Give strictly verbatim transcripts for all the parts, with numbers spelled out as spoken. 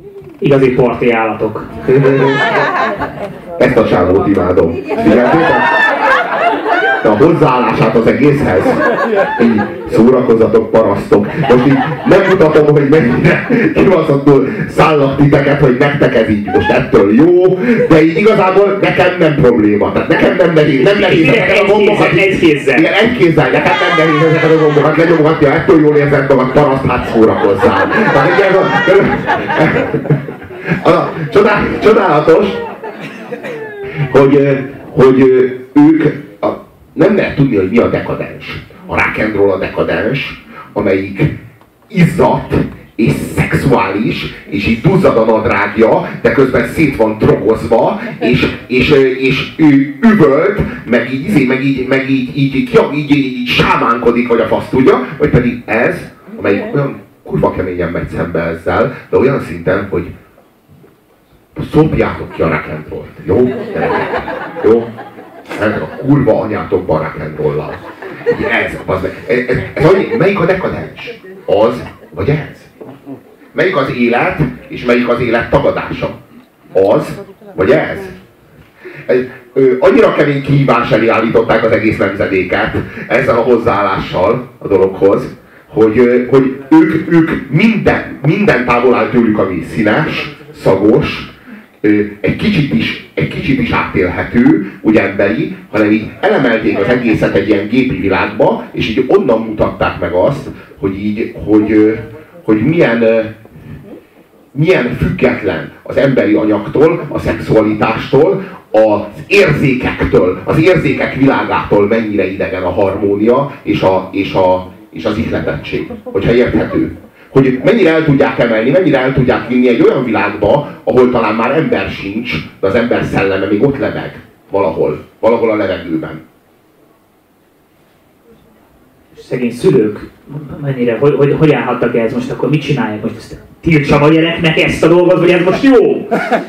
Igazi parti állatok. Ezt a csávót imádom. De a hozzáállását az egészhez. Így szórakozatok, parasztok. Most így nem mutatom, hogy mennyire kibaszottul szállak titeket, hogy nektek ez így most ettől jó, de így igazából nekem nem probléma. Tehát nekem nem nehéz, nem nehéz ezeket a gombokat. Egy kézzel. Igen, egy kézzel. Nekem nem nehéz ezeket a gombokat lenyomogatni, ha ettől jól érzed magad, paraszt, hát szórakozzál. Tehát így ez a... Az a csodál, csodálatos, hogy, hogy ők a, nem lehet tudni, hogy mi a dekadens. A rock and roll a dekadens, amelyik izzadt és szexuális, és így duzzad a nadrágja, de közben szét van drogozva, és, és, és ő üvölt, meg így, meg így, meg így, így, így, így, így, így sámánkodik, vagy a fasz tudja, vagy pedig ez, amelyik olyan kurva keményen megy szembe ezzel, de olyan szinten, hogy szopjátok ki a rock and rollt, jó? Jó? Ez a kurva anyátokban rock and roll-lal. Ez, az, ez, ez, ez annyi, melyik a dekadens? Az, vagy ez? Melyik az élet, és melyik az élet tagadása? Az, vagy ez? ez ö, annyira kemény kihívás elé állították az egész nemzedéket ezzel a hozzáállással a dologhoz, hogy, hogy ők, ők minden, minden távol áll tőlük, ami színes, szagos, egy kicsit is, egy kicsit is átélhető, úgy emberi, hanem így elemelték az egészet egy ilyen gépi világba, és így onnan mutatták meg azt, hogy így, hogy, hogy milyen, milyen független az emberi anyagtól, a szexualitástól, az érzékektől, az érzékek világától mennyire idegen a harmónia és, a, és, a, és az ihletettség, hogyha érthető. Hogy mennyire el tudják emelni, mennyire el tudják vinni egy olyan világba, ahol talán már ember sincs, de az ember szelleme még ott lebeg. Valahol. Valahol a levegőben. Szegény szülők, mennyire, hogy, hogy, hogy állhattak ez most, akkor mit csinálják most? Ezt tiltsam a gyereknek ezt a dolgot, vagy ez most jó?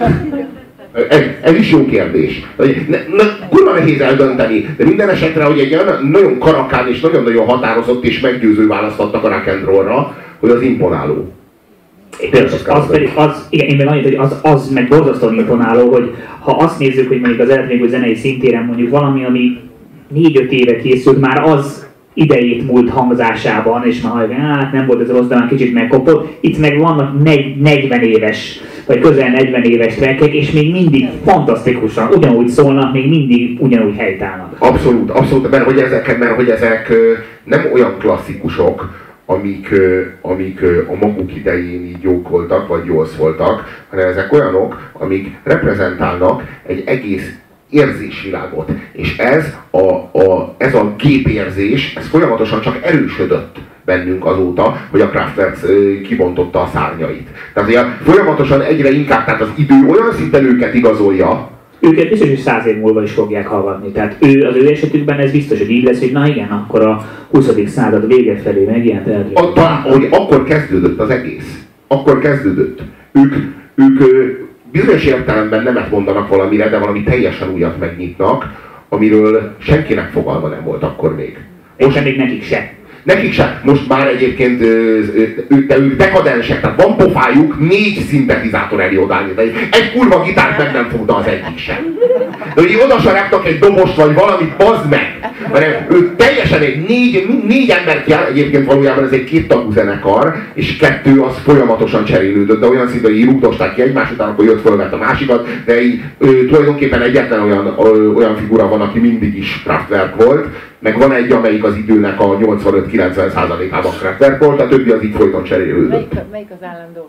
Ez, ez is jó kérdés. Ne, ne, kurva nehéz eldönteni, de minden esetre, hogy egy olyan nagyon karakán és nagyon-nagyon határozott és meggyőző választ adtak a rock and rollra, hogy az imponáló. Az, az pedig, az, igen, én meg annyit, hogy az, az meg borzasztóan imponáló, hogy ha azt nézzük, hogy mondjuk az elektronikus zenei szintéren mondjuk valami, ami négy-öt éve készült, már az idejét múlt hangzásában, és már hát nem volt ez rossz, de már kicsit megkopott. Itt meg vannak negyven éves, vagy közel negyven éves trackek, és még mindig fantasztikusan, ugyanúgy szólnak, még mindig ugyanúgy helytállnak. Abszolút, abszolút, mert hogy ezek, mert hogy ezek nem olyan klasszikusok, amik, amik a maguk idején így jók voltak, vagy jól szóltak, hanem ezek olyanok, amik reprezentálnak egy egész érzésvilágot. És ez a, a, ez a gépérzés, ez folyamatosan csak erősödött bennünk azóta, hogy a Kraftwerk kibontotta a szárnyait. Tehát ugye folyamatosan egyre inkább, tehát az idő olyan szinten őket igazolja, őket biztos, hogy száz év múlva is fogják hallgatni. Tehát ő, az ő esetükben ez biztos, hogy így lesz, hogy na igen, akkor a huszadik század vége felé megjelent el. Hogy akkor kezdődött az egész. Akkor kezdődött. Ők, ők bizonyos értelemben nemet mondanak valamire, de valami teljesen újat megnyitnak, amiről senkinek fogalma nem volt akkor még. Most még nekik se. Nekik sem. Most már egyébként ők, de ők dekadensek, tehát van pofájuk négy szintetizátor elé odállni. Egy kurva gitárt meg nem fogna az egyik sem. De hogy oda se raktak egy dobost vagy valamit, bazd meg! Mert ők teljesen egy négy, négy ember kiáll, egyébként valójában ez egy kéttagú zenekar, és kettő az folyamatosan cserélődött, de olyan szinten, hogy így rúgdosták ki egymás után, akkor jött fölvett a másikat, de így ő, tulajdonképpen egyetlen olyan, ö, olyan figura van, aki mindig is Kraftwerk volt, meg van egy, amelyik az időnek a nyolcvanöt-kilencven százalékában Kraftwerk volt, a többi az így folyton cserélődött. Melyik, melyik az állandó?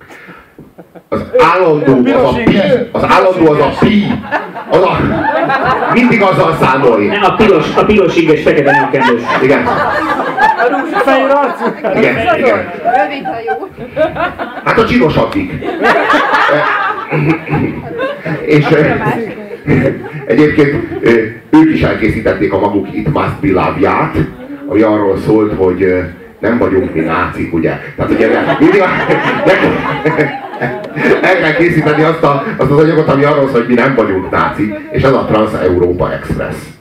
Az állandó az a pi, az állandó az a pi, az a, mindig azzal számolj. Nem, a piros, a piros és fekete nyakkendős. Igen. A rúzsfehér arcú. Igen, igen. Rövid hajú. Hát a csinosabbik. És egyébként ők is elkészítették a maguk It Must Be Love-ját, ami arról szólt, hogy nem vagyunk mi nácik, ugye? Tehát ugye mindig el kell készíteni azt, a, azt az anyagot, ami arról szól, hogy mi nem vagyunk nácik, és ez a Trans-Európa Express.